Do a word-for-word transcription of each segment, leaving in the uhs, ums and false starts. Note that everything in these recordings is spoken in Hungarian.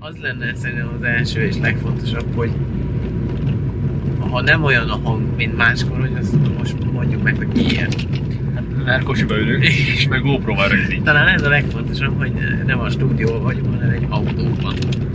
az lenne szerintem az első és legfontosabb, hogy ha nem olyan a hang, mint máskor, hogy azt most mondjuk meg, hogy miért. Mert kocsiba ülünk, és meg GoPro-val rögzít. Talán ez a legfontosabb, hogy nem a stúdióban vagyunk, hanem egy autóban.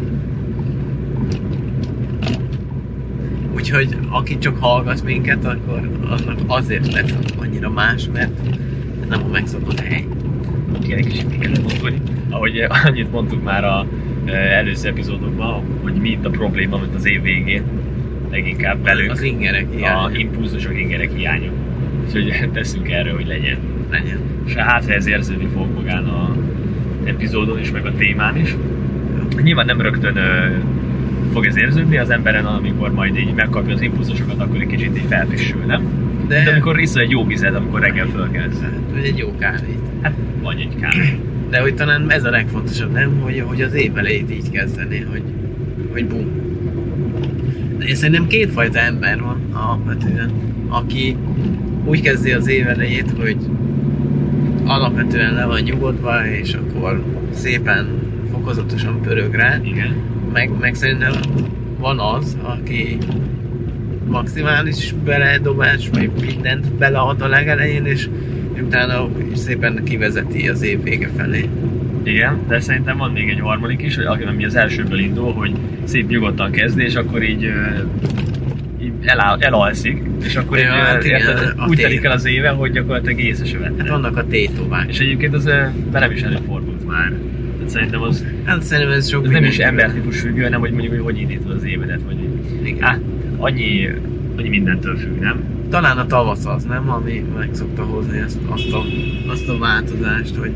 Úgyhogy aki csak hallgat minket, akkor annak azért lesz annyira más, mert nem a megszokott hely. Ilyenek is itt kellene mondani. Ahogy annyit mondtuk már az előző epizódokban, hogy mi itt a probléma, mint az év végén. Leginkább velünk. Az ingerek hiánya. A impulzusok, ingerek hiánya. Úgyhogy teszünk erre, hogy legyen. Legyen. És hát ez érződni fog magán a epizódon is, meg a témán is. Nyilván nem rögtön ö, fog ez érződni az emberen, amikor majd így megkapja az impulzusokat, akkor egy kicsit így felfrissül, nem? De, De amikor iszol egy jó vizet, amikor reggel fölkelsz. Vagy egy jó kávét. Hát, vagy egy kávét. De hogy talán ez a legfontosabb, nem? Hogy, hogy az év elejét így kezdeni, hogy, hogy bum. De én szerintem kétfajta ember van alapvetően, aki úgy kezdi az év elejét, hogy alapvetően le van nyugodva, és akkor szépen fokozatosan pörög rá. Igen. Meg, meg szerintem van az, aki maximális beledobás, vagy mindent belead a legelején, és utána szépen kivezeti az év vége felé. Igen, de szerintem van még egy harmadik is, ami az elsőből indul, hogy szép nyugodtan kezdi, és akkor így, így eláll, elalszik, és akkor ja, így, hát érted, úgy telik el az éve, hogy gyakorlatilag észre se vette. Hát vannak a tétovák. És egyébként az velem is előfordult már. Tehát szerintem az... Hát szerintem ez sok... Ez nem is embertípus függő, hanem hogy mondjuk, hogy hogy indítod az évedet, vagy... Igen. Hát, annyi, annyi mindentől függ, nem? Talán a tavasz az, nem? Ami meg szokta hozni ezt, azt, a, azt a változást, hogy...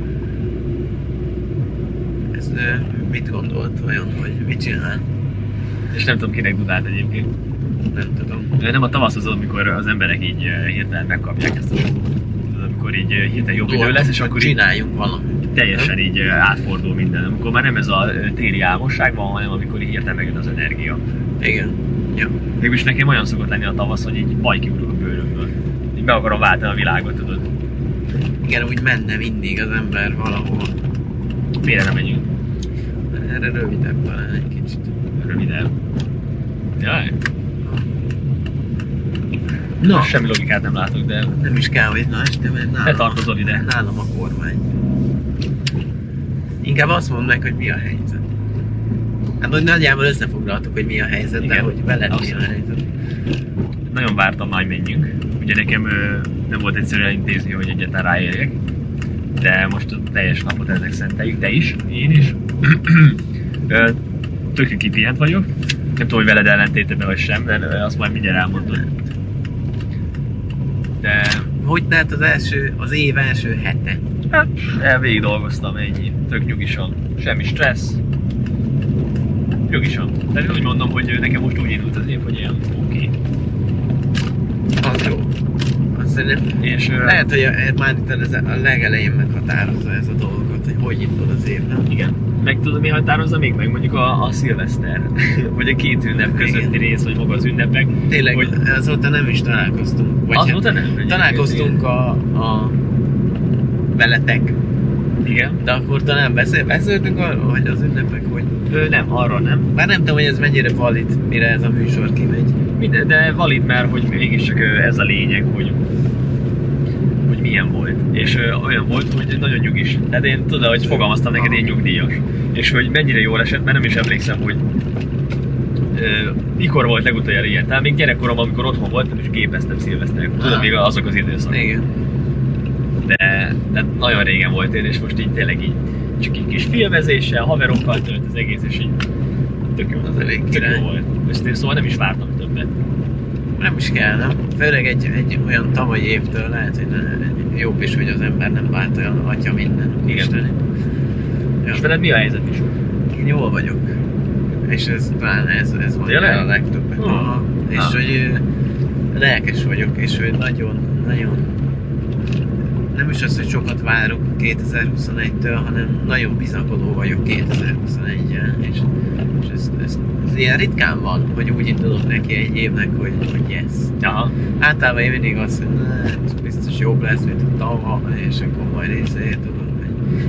Ez mit gondolt olyan, hogy mit csinál? És nem tudom, kinek dudált egyébként. Nem tudom. Nem a tavasz az, amikor az emberek így hirtelen megkapják ezt a... amikor így hirtelen jobb idő lesz, és akkor csináljunk valamit. Teljesen így átfordul minden. Amikor már nem ez a téli álmosság van, hanem amikor így hirtelen megjön az energia. Igen. Ja. Mégis nekem olyan szokott lenni a tavasz, hogy így baj kiugrok a bőrömből. Így be akarom váltani a világot, tudod. Igen, úgy menne mindig az ember valahol. Miért nem megyünk? Erre rövidebb talán egy kicsit. Rövidebb? Jaj. No. Semmi logikát nem látok, de... Nem is kell, hogy na este, mert nálam, ne tartozol ide. Nálam a kormány. Inkább azt mondd meg, hogy mi a helyzet. Hát hogy nagyjából összefoglaltuk, hogy mi a helyzet, igen, de hogy veled mi a helyzet. Nagyon vártam, hogy menjünk. Ugye nekem ö, nem volt egyszerűen intézni, hogy egyáltalán ráérjek. De most a teljes napot ennek szenteljük, te is, én is. Tökre kipihent vagyok. Nem tudom, hogy veled ellentétben vagy sem, de azt majd mindjárt elmondod. De... Hogy telt az első, az év első hete? Hát, elvégig dolgoztam ennyi. Tök nyugisan. Semmi stressz. Nyugisan. Tehát úgy mondom, hogy nekem most úgy indult az év, hogy ilyen oké. Okay. Az jó. Azt szerintem, és lehet, hogy a, már itt a legelején meghatározza ez a dolgot, hogy hogy indul az év, nem? Igen. Meg tudod, mi határozza még meg? Mondjuk a, a szilveszter, vagy a két ünnep közötti rész, vagy maga az ünnepek. Tényleg, hogy... azóta nem is találkoztunk. Vagy azóta nem? Hát, találkoztunk a, a veletek. Igen. De akkor talán beszél, beszéltünk arról, hogy az ünnepek, hogy... Ö, nem, arról nem. Már nem tudom, hogy ez mennyire valid, mire ez a műsor kimegy. Minden, de valid már, hogy mégiscsak ez a lényeg, hogy hogy milyen volt. És ö, olyan volt, hogy nagyon nyugis. Tehát én tudod, hogy fogalmaztam neked, én nyugdíjas. És hogy mennyire jól esett, mert nem is emlékszem, hogy ö, mikor volt legutoljára ilyen. Tehát még gyerekkoromban, amikor otthon voltam és gépeztem szilveszterek. Tudod, még azok az időszakok. Igen. De, de nagyon régen volt én, és most így tényleg így csak egy kis filmezéssel, haverokkal tölt az egész, és így tök jó, az elég tök jó volt. Őszintén szóval nem is vártam többet. Nem is kell, nem? Főleg egy, egy olyan tavalyi évtől lehet, hogy ne, jobb is, hogy az ember nem vált olyan atya minden. Igen. És veled mi a helyzet is? Én jól vagyok. És ez talán ez, ez van a legtöbbet. Oh. És ah. hogy lelkes vagyok, és hogy nagyon, nagyon nem is az, hogy sokat várok kétezer-huszonegytől, hanem nagyon bizakodó vagyok kétezer-huszoneggyel, és, és ez, ez, ez ilyen ritkán van, hogy úgy indulok neki egy évnek, hogy, hogy yes. Aha. Általában én mindig azt, hogy hát biztos jobb lesz, mint a tavaly, és akkor majd részét tudom, hogy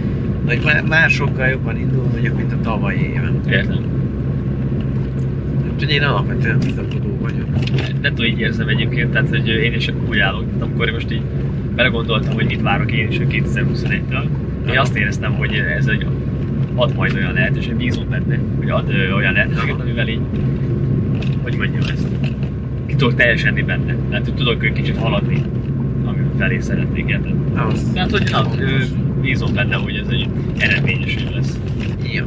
Hogy már, már sokkal jobban indul mondjuk, mint a tavalyi éven. Értem. Úgyhogy én alapvetően bizakodó vagyok. Nem tudom, így érzem egyébként, tehát hogy én is úgy állok, amikor most így belegondoltam, hogy mit várok én is a kétezer-huszonegytől. Én azt éreztem, hogy ez egy ad majd olyan lehetőség, bízom benne, hogy ad ö, olyan lehetőséget, amivel így, hogy mondjam ezt, ki tudok teljesedni benne. Tehát, hogy tudok egy kicsit haladni, ami felé szeretnék, érted? Tehát, hogy na, ö, bízom benne, hogy ez egy eredményes lesz. Jó.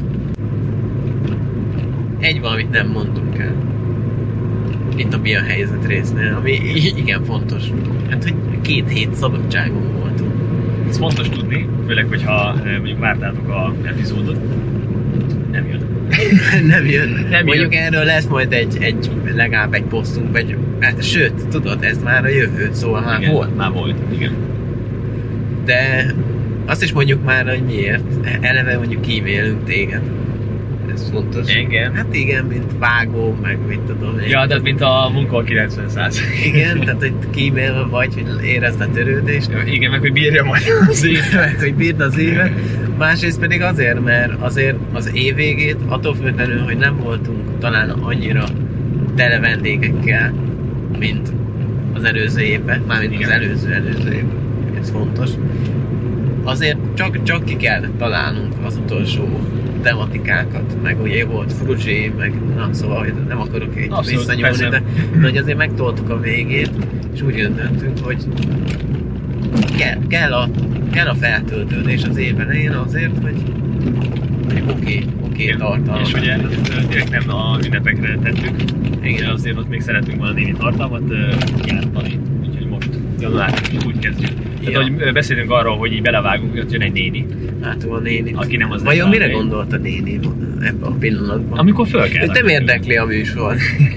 Egy valamit nem mondtunk el. Itt a mi a helyzet résznél, ami igen fontos. Hát, hogy két hét szabadságon voltunk. Ez fontos tudni, főleg, hogyha mondjuk vártátok a epizódot. Nem jön. nem jön. Nem mondjuk jön. erről lesz majd egy, egy legalább egy posztunk, vagy hát, sőt, tudod, ez már a jövő, szóval már igen, volt. Már volt, igen. De azt is mondjuk már, hogy miért. Eleve mondjuk kímélünk téged. Ez fontos. Igen. Hát igen, mint vágó, meg mit tudom én. Ja, tehát mint a munka kilencven százalék. Igen, tehát hogy kímélve vagy, hogy érezd a törődést. Igen, meg hogy bírja majd az évet. meg hogy bírd az évet. Másrészt pedig azért, mert azért az év végét, attól függetlenül, hogy nem voltunk talán annyira tele vendégekkel, mint az előző évben, mármint igen. az előző előző évben. Ez fontos. Azért csak, csak ki kellett találnunk az utolsó tematikákat, meg ugye volt Fruzsi, meg na, szóval, hogy nem akarok így visszanyúlni, de, de hogy azért megtoltuk a végét, és úgy döntöttünk, hogy kell, kell, a, kell a feltöltődés az év elején azért, hogy, hogy oké, oké tartalmat. És ugye direkt nem a ünnepekre tettük, igen. Azért ott még szeretünk volna némi tartalmat kiállítani, úgyhogy most januárban úgy kezdjük. Tehát, ja. hogy beszélünk arról, hogy így belevágunk, hogy jön egy néni. Látom a néni. Aki nem az. Vajon mire gondolt a néni ebben a pillanatban? Amikor föl kell. Őt nem érdekli a műsor.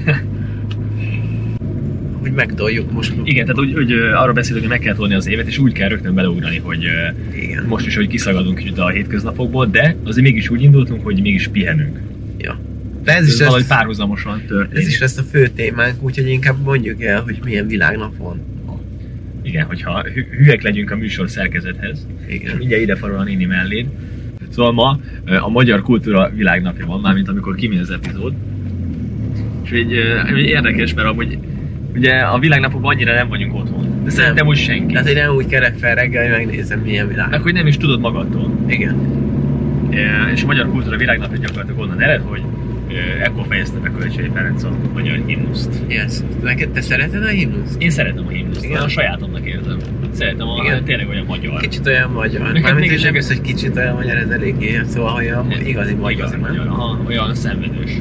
Hogy megtoljuk most. Igen, tehát úgy, úgy arról beszélünk, hogy meg kell tolni az évet, és úgy kell rögtön beleugrani, hogy igen. Most is, hogy kiszagadunk kicsit a hétköznapokból, de azért mégis úgy indultunk, hogy mégis pihenünk. Ja. De ez, ez is valahogy lesz, párhuzamosan történik. Ez is lesz a fő témánk, úgyhogy inkább mondjuk el, hogy milyen világnap van. Igen, hogyha hülyek legyünk a műsor szerkezethez, igen. Mindjárt ide farol a néni melléd. Szóval ma a Magyar Kultúra Világnapja van, mármint amikor kimegy az epizód. És így, így érdekes, mert amúgy ugye a világnapokban annyira nem vagyunk otthon. De nem. Szerintem úgy senki. Tehát én nem úgy kerek fel reggel, hogy megnézem milyen világ. Meg hogy nem is tudod magadtól. Igen. És a Magyar Kultúra Világnapja gyakorlatilag onnan ered, hogy ekkor fejezte be Kölcsei Ferenc a magyar himnuszt. Yes. Neked te szereted a himnuszt? Én szeretem a himnuszt, a sajátomnak érzem. Szeretem a igen. Tényleg olyan magyar. Kicsit olyan magyar. Mármint is nem jössz, hogy kicsit olyan magyar, ez eléggé, szóval olyan igazi magyar. Igazi magyar, aha, olyan szenvedős.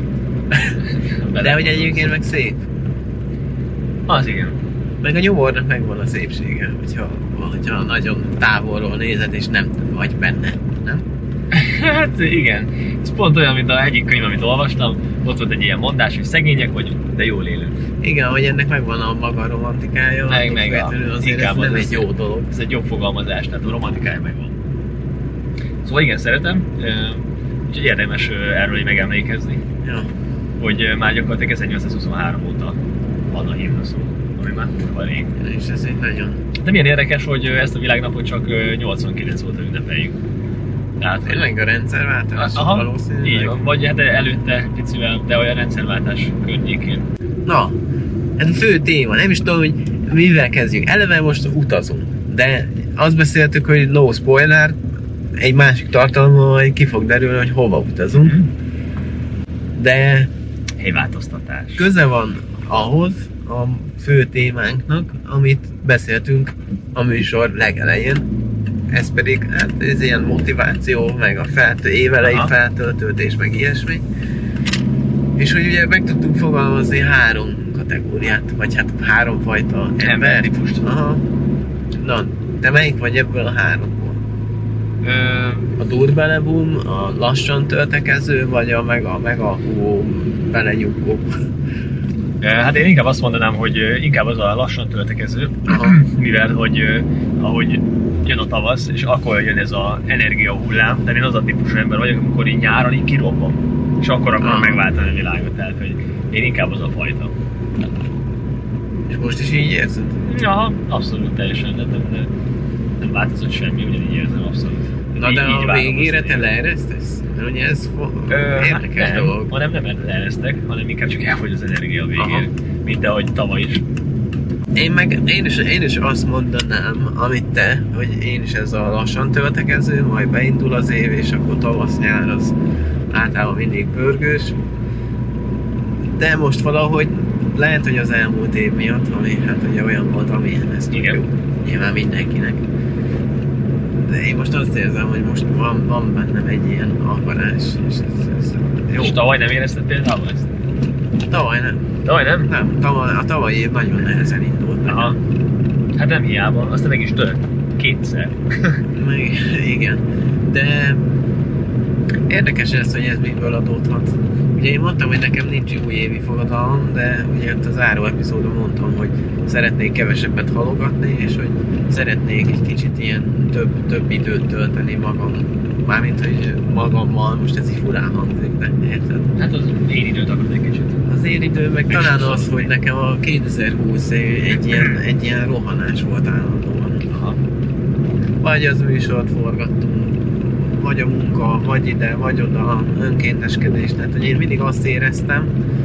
De hogy egyébként meg szép. Az igen. Meg a nyomornak megvan a szépsége, hogyha, hogyha nagyon távolról nézed és nem vagy benne, nem? Hát igen. Ez pont olyan, mint a egyik könyv, amit olvastam. Ott volt egy ilyen mondás, hogy szegények vagyunk, de jól élünk. Igen, hogy ennek megvan a maga romantikája. Meg, meg a, azért ez nem egy jó dolog. Ez egy jobb fogalmazás, tehát a romantikája megvan. Szóval igen, szeretem. Úgyhogy érdemes erről így megemlékezni. Ja. Hogy már gyakorlatilag ezernyolcszázhuszonhárom óta van a himnuszunk, ami már kurva rég. És ez egy nagyon... De milyen érdekes, hogy ezt a világnapot csak nyolcvankilenc óta ünnepeljük. Tehát, tényleg a rendszerváltás valószínűleg. Így van, vagy hát előtte picivel, de olyan rendszerváltás környékén. Na, ez a fő téma, nem is tudom, hogy mivel kezdjük. Eleve most utazunk, de azt beszéltük, hogy no spoiler, egy másik tartalommal majd ki fog derülni, hogy hova utazunk. Mm-hmm. De helyváltoztatás. Köze van ahhoz a fő témánknak, amit beszéltünk a műsor legelején. Ez pedig hát ez ilyen motiváció, meg a feltő, évelei feltöltődés, meg ilyesmi. És hogy ugye meg tudtunk fogalmazni három kategóriát, vagy hát háromfajta ember típust. Aha. Na, te melyik vagy ebből a háromból? Ö... A durbelebum, a lassan töltekező, vagy a meg a, meg a hú, belenyugó? Hát én inkább azt mondanám, hogy inkább az a lassan töltekező, mivel hogy ahogy jön a tavasz, és akkor jön ez az energiahullám, tehát én az a típusú ember vagyok, amikor így nyáron így kirobban, és akkor akarom ah. megváltani a világot, tehát hogy én inkább az a fajta. És most is így érzed? Ja, abszolút teljesen, de nem, nem változott semmi, ugyanígy érzem abszolút. Na de így a várom végére azt, te hogy- leeresztesz? Mert ugye ez fo- Ö, érdekes hát nem, dolog. hanem nem leeresztek, hanem inkább csak elfogy az energia a végén. Aha. Mint ahogy tavaly is. Én meg, én is, én is azt mondanám, amit te, hogy én is ez a lassan töltekező, majd beindul az év, és akkor tavasz-nyár az általában mindig pörgős. De most valahogy lehet, hogy az elmúlt év miatt, ami hát ugye olyan volt, amilyen ezt Igen. tudjuk, nyilván mindenkinek. De én most azt érzem, hogy most van, van bennem egy ilyen akarás, és ez, ez jó. És tavaly nem érezted például ezt? Tavaly nem. Tavaly nem? Nem, tavaly, a tavalyi év nagyon nehezen indult. nekem. Aha. Hát nem hiába, aztán meg is tört. Kétszer. Meg, igen. De érdekes ez, hogy ez miből adódhat. Ugye én mondtam, hogy nekem nincs újévi fogadalom, de ugye ott az záró epizódon mondtam, hogy szeretnék kevesebbet halogatni, és hogy szeretnék egy kicsit ilyen több, több időt tölteni magam. Mármint, hogy magammal, most ez így furán hangzik, de érted? Hát az én időt akarod egy kicsit. Az én idő, meg Meg talán sokszor. az, hogy nekem a kétezer-húsz egy ilyen, egy ilyen rohanás volt állandóan. Aha. Vagy az műsort forgattunk, vagy a munka, vagy ide, vagy oda, önkénteskedés. Tehát, hogy én mindig azt éreztem,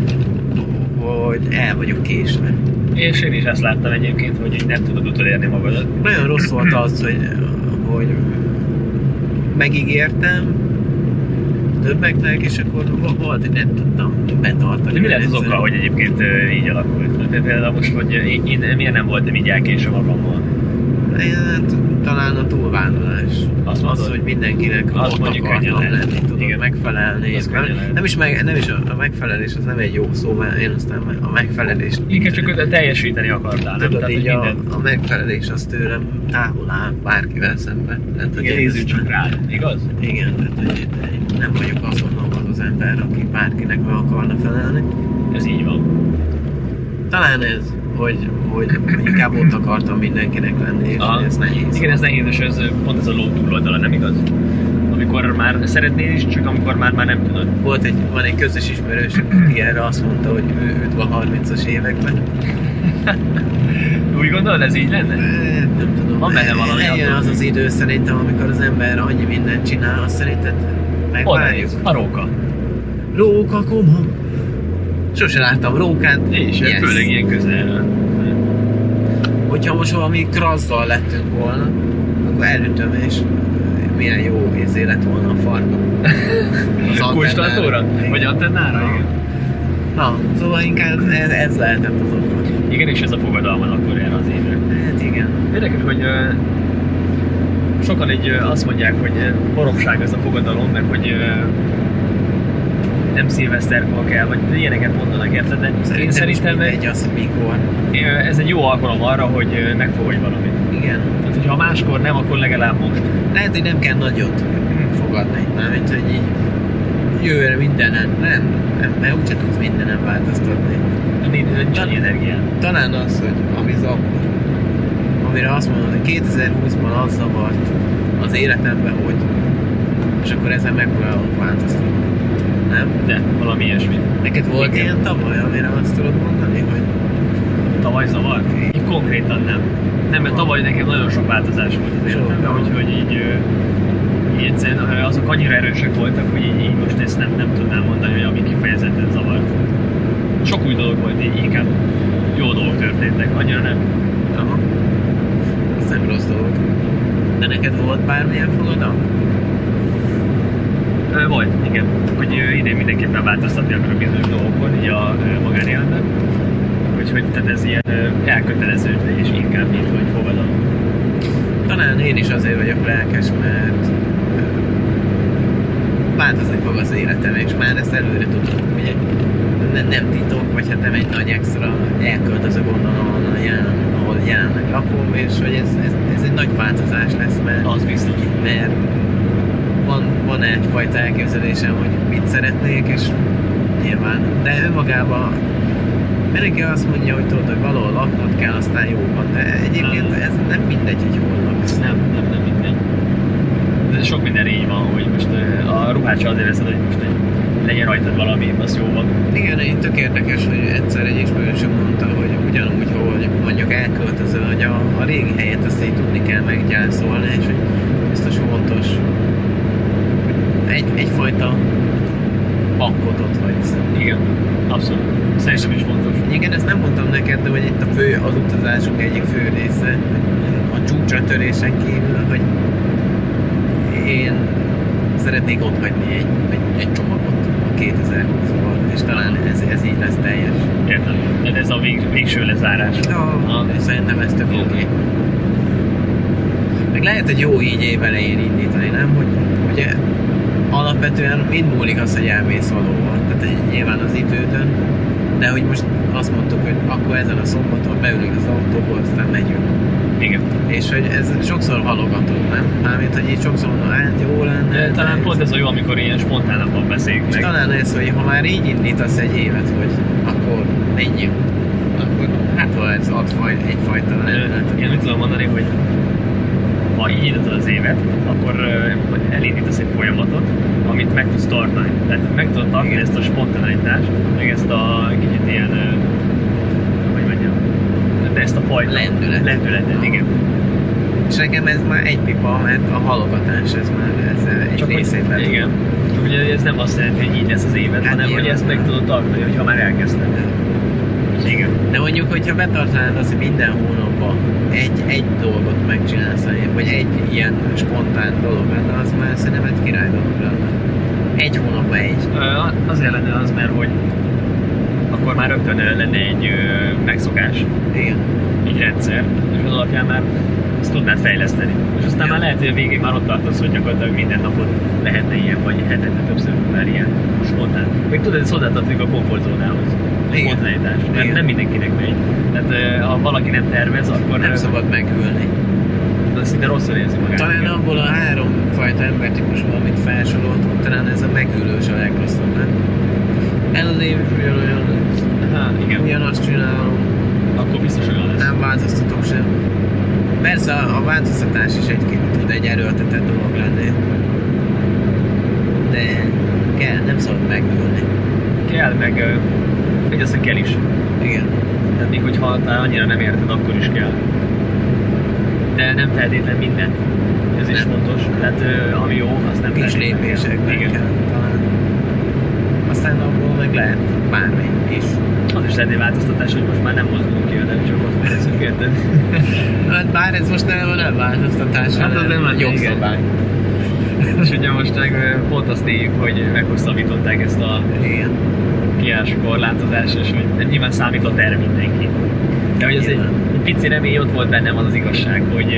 hogy el vagyok késve. És én is ezt láttam egyébként, hogy így nem tudod utolérni magadat. Nagyon rossz volt az, hogy, hogy megígértem többeknek, és akkor volt, hogy nem tudtam betartani. De mi lehet az oka, hogy egyébként ö, így alakult? De például most, hogy én, én miért nem voltam így elkésve magammal? Hát, talán a túlvállalás. Azt Az, mondod? hogy mindenkinek Azt ott mondjuk akartam könnyen lehet. lenni, tudod, Igen. megfelelni. Az könnyen lehet. Nem is, meg, nem is a, a megfelelés, az nem egy jó szó, mert én aztán a megfelelést... Inkább csak öt- teljesíteni akartál, nem? Tudod, Tehát, így hogy a, minden... a megfelelés az tőlem távol áll bárkivel szemben. Tehát, hogy Igen, én nézzük ezt- csak rád, igaz? Igen, tehát hogy én nem vagyok azonnal az az ember, aki bárkinek meg akarna felelni. Ez így van. Talán ez, hogy, hogy inkább ott akartam mindenkinek lenni, és Aha. ez nehéz. Igen, ez nehéz, és ez pont ez a ló túloldala, nem igaz? Amikor már szeretnél is, csak amikor már, már nem tudod. Volt egy, van egy közös ismerősünk, aki erre azt mondta, hogy ő üdv a harmincas években. Úgy gondolod, ez így lenne? Eh, Nem tudom. Van benne valami Eljön attól. az az idő szerintem, amikor az ember annyi mindent csinál, azt szerinted Oda megvárjuk. néz, a róka. Róka, koma. Sose láttam rókát. És Yes. főleg ilyen közelről. Hogyha most valami krasszal lettünk volna, akkor elütöm, és milyen jó ízé lett volna a farka. Az Kulcstartóra? antennára. Vagy antennára? Igen. Na, szóval inkább ez, ez lehetett az oka. Igen, és ez a fogadalman akkor erre az évre. Hát igen. Érdekes, hogy uh, sokan így uh, azt mondják, hogy uh, baromság ez a fogadalom, meg hogy uh, nem szilveszterkor kell, vagy ilyeneket mondanak, érted? De Szerintem, én szerintem is mindegy az, hogy mikor. uh, ez egy jó alkalom arra, hogy uh, megfogadj valamit. Igen. Tehát, hogyha máskor nem, akkor legalább most. Lehet, hogy nem kell nagyot fogadni. Mármint, hogy így jövőre mindenen. Nem, nem, mert úgyse tudsz mindenen változtatni. Nincs, nincs annyi energián. Talán az, hogy ami zavar. Amire azt mondod, hogy kétezer-húszban az zavart az életemben, hogy és akkor ezen megpróbálok változtatni. Nem? De valami ilyesmi. Neked volt Igen. ilyen tavaly, amire azt tudod mondani, hogy Tavaly zavart? Így konkrétan nem. Nem, mert tavaly nekem nagyon sok változás volt az Sok. életemben, úgyhogy így, ö, így egyszerűen ö, azok annyira erősek voltak, hogy így, így most ezt nem, nem tudnám mondani, hogy ami kifejezetten zavart. Sok új dolog volt, így inkább jó dolgok történtek, annyira nem. aha, ez nem rossz dolog. De neked volt bármilyen fogadalom? Ö, Volt, igen. Hogy ö, idén mindenképpen változtatni akarok bizonyos dolgokon, így a ö, magánéletben. Úgyhogy tehát ez ilyen ö, elköteleződés inkább, mint hogy fogadalom. Talán én is azért vagyok lelkes, mert ö, változni fog az életem, és már ezt előre tudom, ugye ne, nem titok, vagy hát nem egy nagy extra, elköltözök onnan, ahol jelen, ahol jelenleg lakom, és hogy ez, ez, ez egy nagy változás lesz, mert, Az biztos. mert van, van egyfajta elképzelésem, hogy mit szeretnék, és nyilván, de önmagában mindenki azt mondja, hogy tudod, hogy valahol laknod kell, aztán jó van, de egyébként ez nem mindegy, hogy hol laksz. Nem, nem, nem mindegy. De sok minden így van, hogy most ö, a ruhát sem azért veszed, hogy most egy legyen rajtad valami, az jó van. Igen, én tök érdekes, hogy egyszer egy ismerősöm mondta, hogy ugyanúgy, hogy mondjuk elköltözöl, hogy a, a régi helyet azt így tudni kell meggyászolni, és hogy biztos fontos, hogy egy, egyfajta bankot ott hagysz. Igen, abszolút. Szerintem is fontos. Igen, ezt nem mondtam neked, de hogy itt a fő, az utazásunk egyik fő része, a csúcsra törésen kívül, hogy én szeretnék ott hagyni egy, egy, egy csomagot a kétezer-húszban, és talán ez, ez így lesz teljes. Értem, de ez a vég, végső lezárás. Ja, szerintem ez tök oké. Meg lehet, hogy jó így év elején indítani, nem? Hogy ugye alapvetően mind múlik az, hogy elmész valóban. Tehát nyilván az idődön, de hogy most azt mondtuk, hogy akkor ezen a szombaton beülünk az autóból, aztán megyünk. Igen. És hogy ez sokszor halogatod, nem? Mármint, hogy így sokszor mondom, hát jó lenne. De talán pont ez a jó, amikor ilyen spontánabban beszéljük meg. És talán ez, hogy ha már így indítasz egy évet, hogy akkor menjünk, akkor hát ha ez ad egyfajta lendületet. Én úgy tudom mondani, hogy ha így indítod az évet, akkor elindítasz egy folyamatot, amit meg tudsz tartani. Tehát meg tudod tartani igen. Ezt a spontaneitást, meg ezt a kicsit ilyen, hogy mondjam, de ezt a fajta lendület. lendületet, igen. És nekem ez már egy pipa, mert a halogatás ez már ez egy csak részét hogy, igen. Ugye ez nem azt jelenti, hogy így lesz az évet, hát hanem hogy ezt meg tudod tartani, hogyha már elkezdted. Igen. De mondjuk, hogyha betartanád azt, hogy minden hónapban egy, egy dolgot megcsinálsz, vagy egy ilyen spontán dolog lenne, az már szerintem egy király dolog lenne. Egy hónapban egy. Azért lenne az, mert hogy akkor már rögtön lenne egy megszokás. Igen. Egy rendszer, és az alapján már ezt tudnád fejleszteni. És aztán ja. Már lehet, hogy a végén már ott tartasz, hogy gyakorlatilag minden napot lehetne ilyen, vagy hetente többször már ilyen spontán. Még tudod, ez hozzátartozik a komfortzónához. A spontaneitás. Mert nem mindenkinek megy. Tehát ha valaki nem tervez, akkor nem szabad megülni. De szinte rosszul érzi magát. Talán abból a három fajta embertípusból, amit felsoroltunk, talán ez a megülős a legrosszabb, nem? Ez az év is ugyanolyan, ugyanazt csinálom. Akkor biztos olyan lesz. Nem változtatok sem. Persze a, a változtatás is egy, tud egy erőltetett dolog lenni. De kell, nem szabad megülni. Kell, meg egy az, hogy kell is. Igen. Tehát még hogyha annyira nem érted, akkor is kell. De nem feltétlen minden. Ez nem. Is fontos. Tehát ami jó, azt nem kis lépésekben kell. kell talán. Aztán abból meg lehet bármi is. Az is lehet egy változtatás, hogy most már nem mozdulunk ki, nem csak ott leszünk, érted? Hát bár ez most nem, nem változtatás, hát hanem nem jogszabály. És ugye most meg pont azt éljük, hogy meghosszabbították ezt a kijárási korlátozást, és hogy nyilván számított erre mindenki. De hogy az egy, egy pici remény ott volt bennem az az igazság, hogy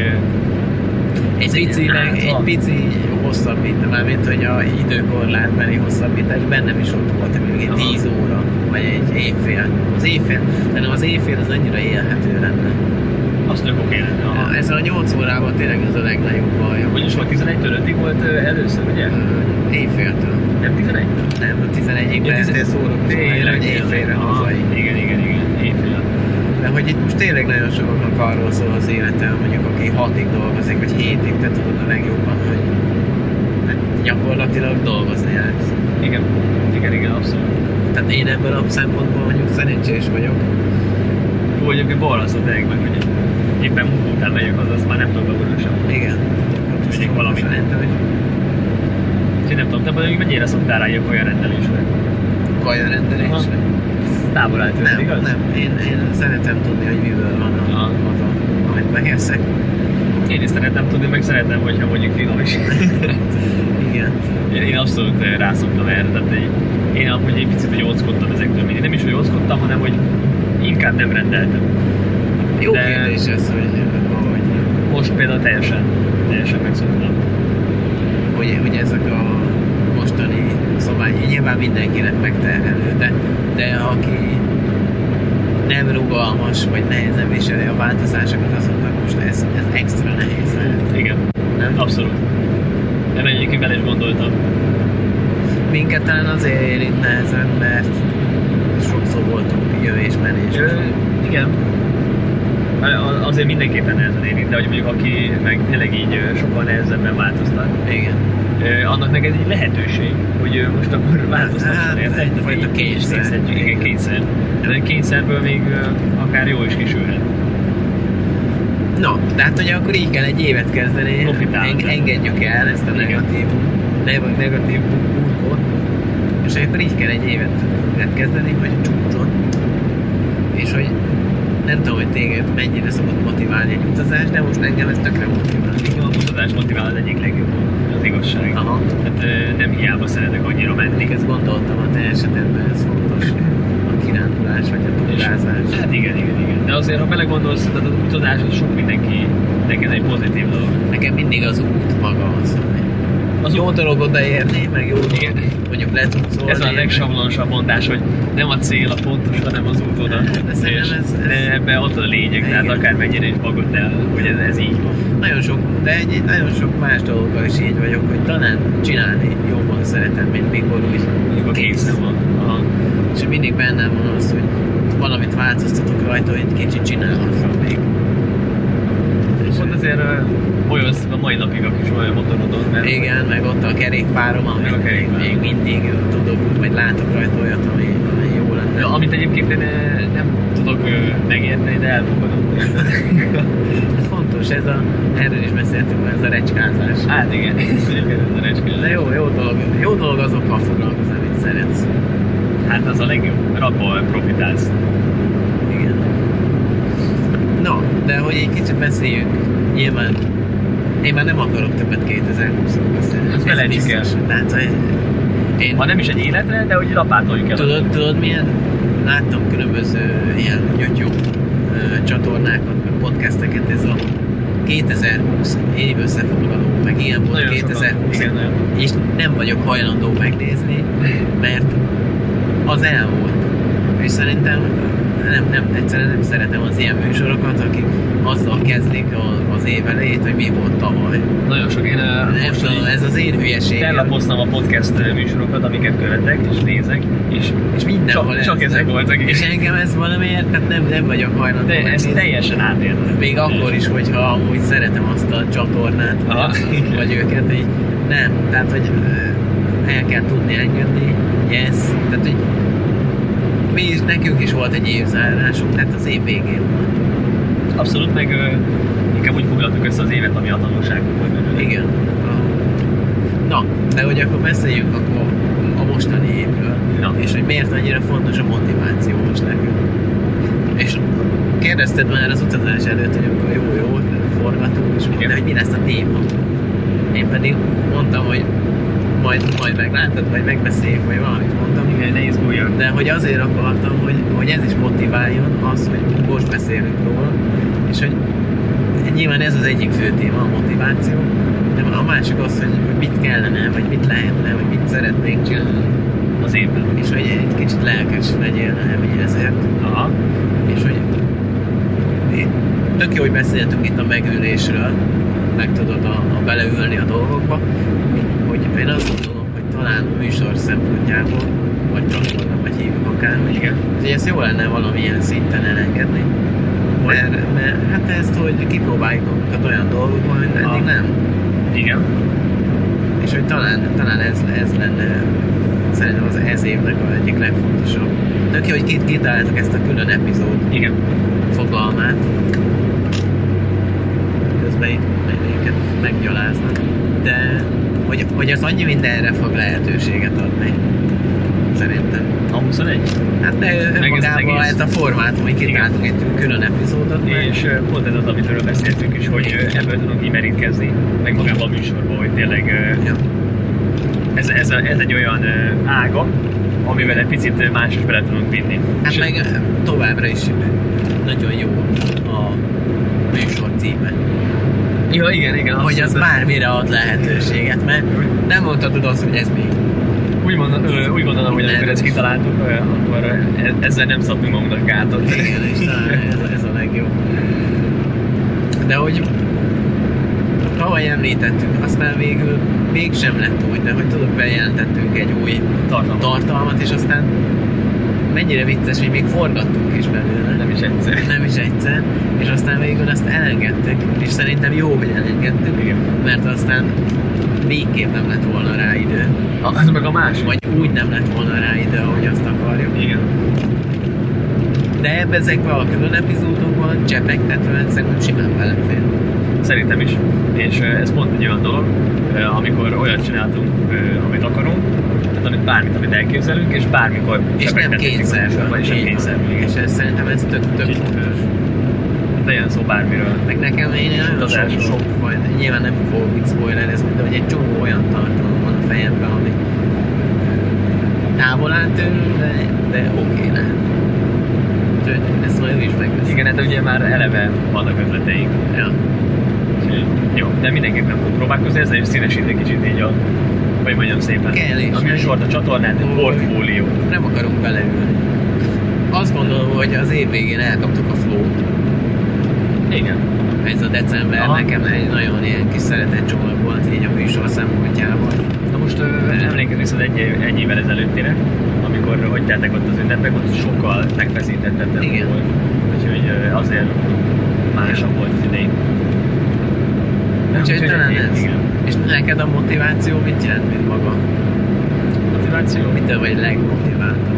egy pici, meg, egy pici hosszabbítás, mármint hogy a időkorlátbeli hosszabbítás bennem is ott volt, még egy tíz óra, vagy egy évfél. Az évfél, de az évfél az annyira élhető lenne. Azt tök oké lenne. Ez a nyolc órában tényleg az a legnagyobb baj. Vagyis volt tizenegytől ötig volt először, ugye? Évféltől. Nem tizenegytől? Nem, a tizenegyig lehetett szórakozni, hogy évfélre hazai. Igen, igen, igen, évfél. De hogy itt most tényleg nagyon sokaknak arról szól az életem, mondjuk aki hatig dolgozik, vagy hétig, te tudod a legjobban, hogy gyakorlatilag dolgozni jársz. Igen, igen, igen, abszolút. Tehát én ebből a szempontból mondjuk szerencsés vagyok. Jó, egyébként ballasztott meg, hogy éppen munka után megyek haza, azt már nem tudom beugolni sem. Igen. Most még valami. Hogy... Úgyhogy nem tudom, te pedig mennyire szoktál rá egy olyan rendelésre? Kaja rendelésre? Távol állt nem, igaz? Nem, én, én szeretem tudni, hogy miből van a, az a, amit megeszek. Én is szeretem tudni, meg szeretem, hogyha mondjuk finom is. Igen. Én, én abszolút rászoktam erre, tehát egy, én amúgy egy picit, hogy óckodtam ezektől mindig. Nem is, hogy óckodtam, hanem, hogy inkább nem rendeltem. Jó de kérdés ez, hogy ahogy... Most például teljesen, teljesen megszoktam. Hogy, hogy ezek a mostani szabály, nyilván mindenkinek megterhelő, de, de aki nem rugalmas, vagy nehezen viseli a változásokat, azoknak most ez, ez extra nehéz lehet. Igen, nem? Abszolút. Nem egyébként bele is gondoltam. Minket talán azért érint nehezen, mert sokszor voltunk jövés-menés. Ö, igen. Azért mindenképpen nehezen érint, de hogy mondjuk aki meg tényleg így sokkal nehezebben változtat. Igen. annak neked egy lehetőség, hogy most akkor változtasson, érted? Egyfajta kényszer. Igen, kényszer. De kényszerből még akár jó is kisülhet. No, tehát ugye akkor így kell egy évet kezdeni, en- engedjük el ezt a negatív, negatív burkot, és akkor így kell egy évet kezdeni, hogy csúcson, és hogy nem tudom, hogy téged mennyire szokott motiválni egy utazás, de most engem ez tökre motivál. Igen, az utazás motivál az egyik legjobb, az igazság. Aha. Tehát nem hiába szeretek annyira menni. Ezt gondoltam, a te esetedben ez fontos, a kirándulás vagy a túrázás. Hát igen, igen, igen. De azért, ha belegondolsz, tehát az utazás az sok mindenki, neked egy pozitív dolog. Nekem mindig az út maga az, hogy az jó dolog odaérni, meg jó dolog, mondjuk lecucolni. Ez a legsablonosabb mondás, hogy nem a cél a fontos, hanem az út oda. De szerintem ez, ez... De ebben ott a lényeg, igen. Tehát akár mennyire is bagott el, hogy ez, ez így van. Nagyon sok, de egy, egy nagyon sok más dologgal is így vagyok, hogy talán csinálni jobban szeretem, mint mikor úgy mikor készen van. Aha. És mindig bennem van az, hogy valamit változtatok rajta, hogy egy kicsit csinálhassam még. Pont azért olyolsz a mai napig a kis olyan motorodon, mert... Igen, meg ott a kerékpárom, amit a kerékpárom. Még mindig tudok, vagy látok rajta olyat, ami, ami jó lenne. Ja, amit egyébként én nem tudok megérteni, de elfogadom. Ez fontos, ez a, erről is beszéltünk, ez a recskázás. Hát igen, ez a recskázás. De jó, jó dolog, jó dolog azokkal foglalkozni, amit szeretsz. Hát az a legjobb, mert abból profitálsz. Igen. No, de hogy egy kicsit beszéljünk, nyilván én már nem akarok többet kétezer-húszról beszélni. Ezt felejtsük el. Tehát, én... Ha nem is egy életre, de hogy lapátoljuk el. Tudod, tudod milyen? Láttam különböző ilyen YouTube uh, csatornákat, meg podcasteket, ez a kétezer-húsz év összefoglaló, meg ilyen volt nagyon kétezer-húsz. Sokan, igen, és nem vagyok hajlandó megnézni, mert az elmúlt. És szerintem nem, nem, egyszerűen nem szeretem az ilyen műsorokat, akik azzal kezdik az év elejét, hogy mi volt tavaly. Nagyon sok. Én nem most tudom, ez az én hülyeségem. Fellapoztam a podcast műsorokat, amiket követek és nézek, és, és mindenhol csak, csak ezek voltak. És engem ez valamiért, tehát nem, nem vagyok hajlandó. De ezt teljesen átértem. Még akkor is, hogyha amúgy szeretem azt a csatornát, vagy, vagy őket, így nem. Tehát, hogy el kell tudni engedni, yes. Tehát, hogy mi is, nekünk is volt egy évzárásunk, tehát az év végén volt. Abszolút, meg uh, inkább úgy foglaltuk össze az évet, ami a tanulságunk volt belőle. Igen. Na, de hogy akkor beszéljünk akkor a mostani évről, na. És hogy miért annyira fontos a motiváció most nekünk. És kérdezted már az utazás előtt, hogy akkor jó-jó forgatunk, és mondta, hogy mi lesz a téma. Én pedig mondtam, hogy majd, majd meglátod, vagy megbeszéljük, vagy valamit mondtam. Igen, ne izguljak. De hogy azért akartam, hogy, hogy ez is motiváljon, az, hogy most beszélünk róla, és hogy nyilván ez az egyik fő téma, a motiváció, de a másik az, hogy mit kellene, vagy mit lehetne, vagy mit szeretnénk csinálni az évben. És hogy egy kicsit lelkes legyél ezért. Aha. És hogy tök jó, hogy beszéltünk itt a megülésről, meg tudod a, a beleülni a dolgokba, hogy én azt gondolom, hogy talán a műsor szempontjából, vagy csatorna, vagy hívjuk akár, hogy, igen. hogy ezt jó lenne valamilyen szinten elengedni. Mert, mert hát ezt, hogy kipróbáljuk magunkat olyan dolgokban, hogy eddig nem. Igen. És hogy talán, talán ez, ez lenne szerintem az ez évnek az egyik legfontosabb. Tök jó, hogy két kitáltak ezt a külön epizód igen. fogalmát. Közben itt melyiket meggyaláznak. De hogy, hogy az annyi mindenre fog lehetőséget adni. Szerintem. A huszonegy? Hát de önmagában ez, ez a formátum, hogy kitáltunk egy külön epizódot. És meg. Pont ez az, amitől beszéltünk is, hogy ebből tudunk kimerítkezni, meg magában a műsorban, hogy tényleg ja. ez, ez, a, ez egy olyan ága, amivel egy picit más is bele tudunk vinni. Hát és meg továbbra is nagyon jó a műsor címe. Ja, igen, igen. Hogy az bármire ad lehetőséget, mert nem mondhatod azt, hogy ez még. Úgy, mondom, úgy gondolom, hogy amikor ezt kitaláltuk, akkor ezzel nem szabtunk magunknak gátat. Igen, és ez, ez a legjobb. De hogy tavaly említettük, aztán végül mégsem lett úgy, de hogy tudod, bejelentettünk egy új tartalmat, tartalmat és aztán mennyire vicces, hogy még forgattunk is belőle. Nem is egyszer. Nem is egyszer, és aztán végül ezt elengedtük, és szerintem jó, hogy elengedtük, igen. Mert aztán végképp nem lett volna rá idő. Az meg a másik. Vagy úgy nem lett volna rá idő, ahogy azt akarjuk. Igen. De ebbe ezekben a külön epizódokban csepegtetően szerintem simán belefér. Szerintem is. És ez pont egy olyan dolog, amikor olyat csináltunk, amit akarunk, tehát amit bármit, amit elképzelünk, és bármikor és nem kényszerből. És nem kényszerből. És ez, szerintem ez tök, tök fontos. Legyen szó bármiről. Meg nekem én nagyon sok, sok vagy, nyilván nem fogok itt spoilerezni, de hogy egy csomó olyan tartalom van a fejemben, ami távol áll tőlünk, de, de oké lehet. Úgyhogy ezt majd ő is megvesz. Igen, de ugye már eleve vannak ötleteink. Ja. Jó, de mindenképpen fog próbálkozni, ezzel is színesít egy kicsit így a, vagy mondjam szépen, kell is, a műsort, a csatornát, egy portfóliót. Nem akarunk beleülni. Azt gondolom, hogy az év végén elkaptuk a flow-t. Igen. Ez a december Aha. nekem egy nagyon ilyen kis szeretett csomag volt így a műsor szempontjából. Na most emlékezz vissza egy, egy évvel ezelőttére, amikor hogy teltek ott az ünnepek, ott sokkal megfeszítettebb volt. Úgyhogy azért másabb volt az idején. Úgyhogy talán ez. Igen. És neked a motiváció mit jelent, mint maga? Motiváció? Mitől vagy legmotiváltabb?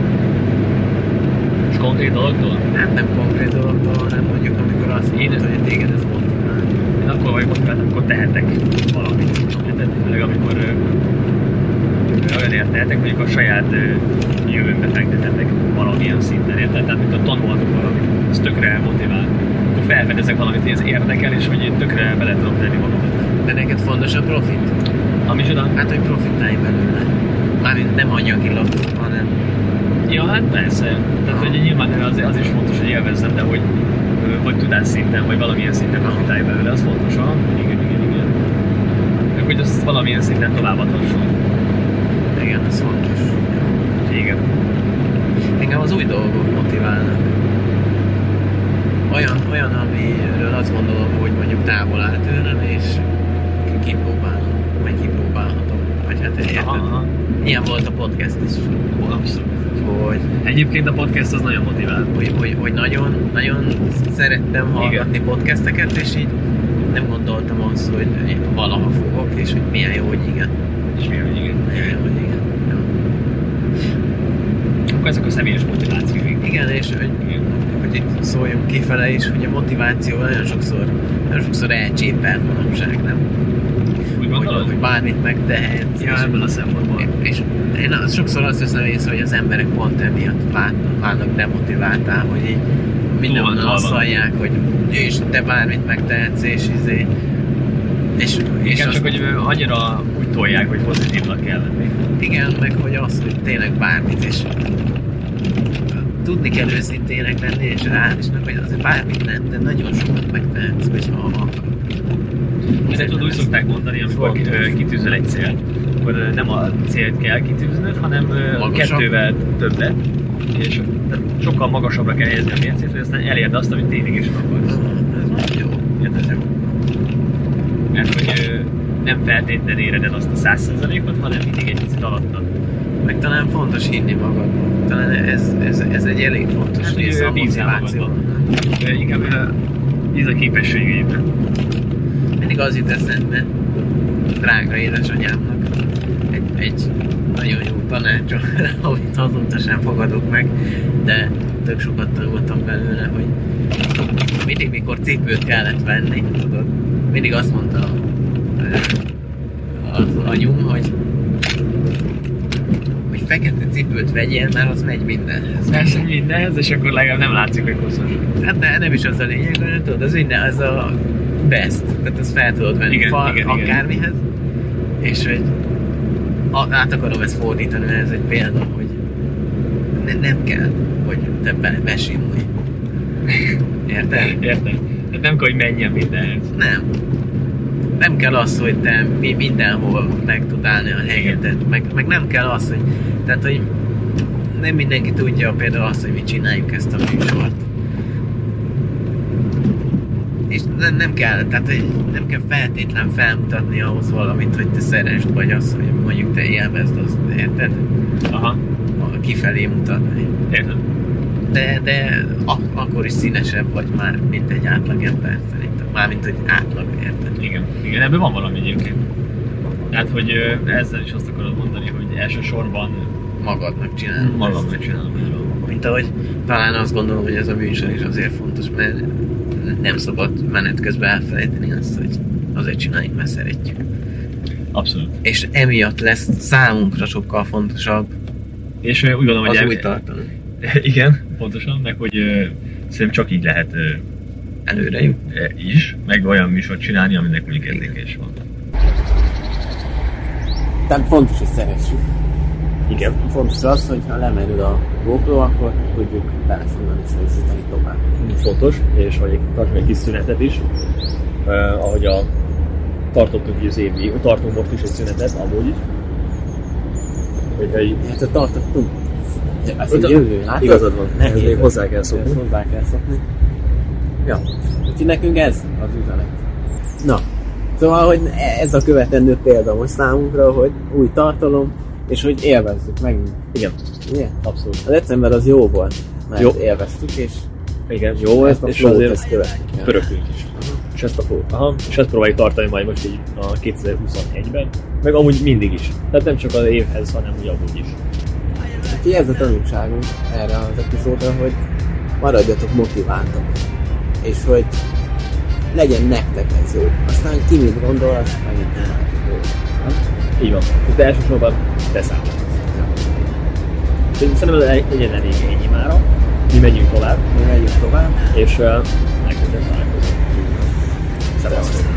És konkrét dologtól? Hát nem konkrét dologtól, hanem mondjuk amikor azt mondod, hogy téged ez motivál. Én akkor vagyok motivált, amikor tehetek valamit. Főleg amikor olyanért tehetek, mondjuk a saját jövőmbe fektetetek valamilyen szinten, érted? Tehát amikor tanulhatok valamit, ez tökre motivál. Akkor felfedezek valamit, hogy ez érdekel, és hogy én tökre bele tudom tenni magamat. De neked fontos a profit? Ami csoda? Hát, hogy profitálj belőle. Mármint nem anyagilag, hanem... Ja, hát persze. Tehát, hogy nyilván az, az is fontos, hogy élvezzem, de hogy vagy tudás szinten, vagy valamilyen szinten profitálj belőle, az fontos, ha? Igen, igen, igen. De hogy azt valamilyen szinten továbbadhasson. Igen, ez fontos. Igen. Engem az új dolgok motiválnak. Olyan, olyan, amiről azt gondolom, hogy mondjuk távol áll tőlem, és kipróbálom, vagy kipróbálhatom. Vagy hát érted. Ilyen volt a podcast is. Abszolút. Hogy egyébként a podcast az nagyon motivál. Hogy, hogy, hogy nagyon, nagyon szerettem hallgatni igen. podcasteket, és így nem gondoltam azt, hogy én valaha fogok, és hogy milyen jó, hogy igen. És milyen, hogy igen. Milyen jó, hogy igen. Ja. Akkor ezek a személyes motivációink. Igen, és hogy, hogy itt szóljunk kifele is, hogy a motiváció nagyon sokszor, nagyon sokszor elcsépelt manapság, nem? Úgy gondolod? Hogy, hogy bármit megtehetsz. Ja, ebből a szempontból. És én az, sokszor azt veszem észre, hogy az emberek pont emiatt válnak demotiváltál, hogy így mindenhonnan azt hallják, hogy és te bármit megtehetsz, és izé. És, és igen, csak hogy annyira úgy tolják, hogy pozitívnak kell lenni. Igen, meg hogy az, hogy tényleg bármit, és tudni kell őszintének lenni, és reálisnak, hogy azért bármit nem, de nagyon sokat megtehetsz, hogyha akarod. Ezért tudod, úgy szokták mondani, amikor kitűzöl egy célt, akkor nem a célt kell kitűznöd, hanem magasabb. Kettővel többet, és sokkal magasabbra kell helyezni a mércét, hogy aztán elérd azt, amit tényleg is akarsz. Ez jó. Ez jó. Mert hogy nem feltétlenül éred el azt a száz százalékot, hanem mindig egy picit alattad. Meg talán fontos hinni magadban. Talán ez, ez, ez egy elég fontos hát, része a motivációban. Inkább ez a képességében. Mindig az jut eszembe, drága édesanyámnak egy, egy nagyon jó tanácsom, amit azóta sem fogadok meg, de tök sokat tanultam belőle, hogy mindig mikor cipőt kellett venni, tudod, mindig azt mondta az anyum, hogy hogy fekete cipőt vegyél, mert az megy mindenhez. Persze mindenhez, és akkor legalább nem látszik, hogy koszos. Hát de nem is az a lényeg, hogy tudod, az minden, az a best, tehát azt fel tudod venni igen, fal, igen, akármihez, igen. És hogy a, át akarom ezt fordítani, mert ez egy példa, hogy ne, nem kell, hogy te be, besimulj. Érted? Érted. Tehát nem kell, hogy menjen mindenhez. Nem. Nem kell az, hogy te mindenhol meg tud állni a helyedet, meg, meg nem kell az, hogy, tehát, hogy nem mindenki tudja például azt, hogy mi csináljuk ezt a műsort. És nem, nem kell, tehát nem kell feltétlen felmutatni ahhoz valamit, hogy te szeresd, vagy az, hogy mondjuk te élvezd azt, érted? Aha. Kifelé mutatni. Érted. De, de ak- akkor is színesebb vagy már, mint egy átlag ember szerintem. Mármint, hogy átlag, érted? Igen, igen, ebben van valami egyébként. Tehát, hogy ö, ezzel is azt akarod mondani, hogy elsősorban Magadnak csinálom. magamnak csinálom erről. Mint ahogy talán azt gondolom, hogy ez a műsor is azért fontos, mert nem szabad menet közben elfelejteni azt, hogy azért csináljuk, mert szeretjük. Abszolút. És emiatt lesz számunkra sokkal fontosabb És ö, úgy gondolom, hogy az el- új tartalom. Igen, pontosan, meg hogy ö, szerintem csak így lehet ö, Előre jut. ö, is, meg olyan műsort csinálni, aminek mondjuk értéke is van. Tehát fontos, hogy szeressük. Igen. Fontos az, hogy ha lemerül a GoPro, akkor tudjuk telefonon is rögzíteni tovább. Fontos, és hogy tartsunk egy kis szünetet is, uh, ahogy a tartottunk így az év végén, tartunk most is egy szünetet, amúgy is. Hogy egy... Hát tartottunk. Az Öt- egy jövő, látod? Igazad van, Ne ehhez még hívd. hozzá kell szokni. Ezt hozzá kell szokni. Ja, úgyhogy nekünk ez az üzenet. Na, szóval, hogy ez a követendő példa most számunkra, hogy új tartalom, és hogy élvezzük meg. Igen, Ugye? abszolút. A december az jó volt, mert Jó. élveztük, és Igen, jó volt, ezt a és flót azért ezt követni kell. pörögtünk is. És ezt a flót. Aha, és ezt próbáljuk tartani majd most így a kétezer-huszonegyben, meg amúgy mindig is. Tehát nem csak az évhez, hanem úgy amúgy is. Úgyhogy ez a tanulságunk erre az epizódra, hogy maradjatok motiváltak. És hogy legyen nektek ez jó. Aztán ki mit gondol, azt megint nem látjuk jó. Így van. De elsősorban te számolsz. Szerintem ez legyen elég ennyi mára. Mi megyünk tovább, Mi megyünk tovább. és uh, megköszönöm találkozunk. Szevasztok!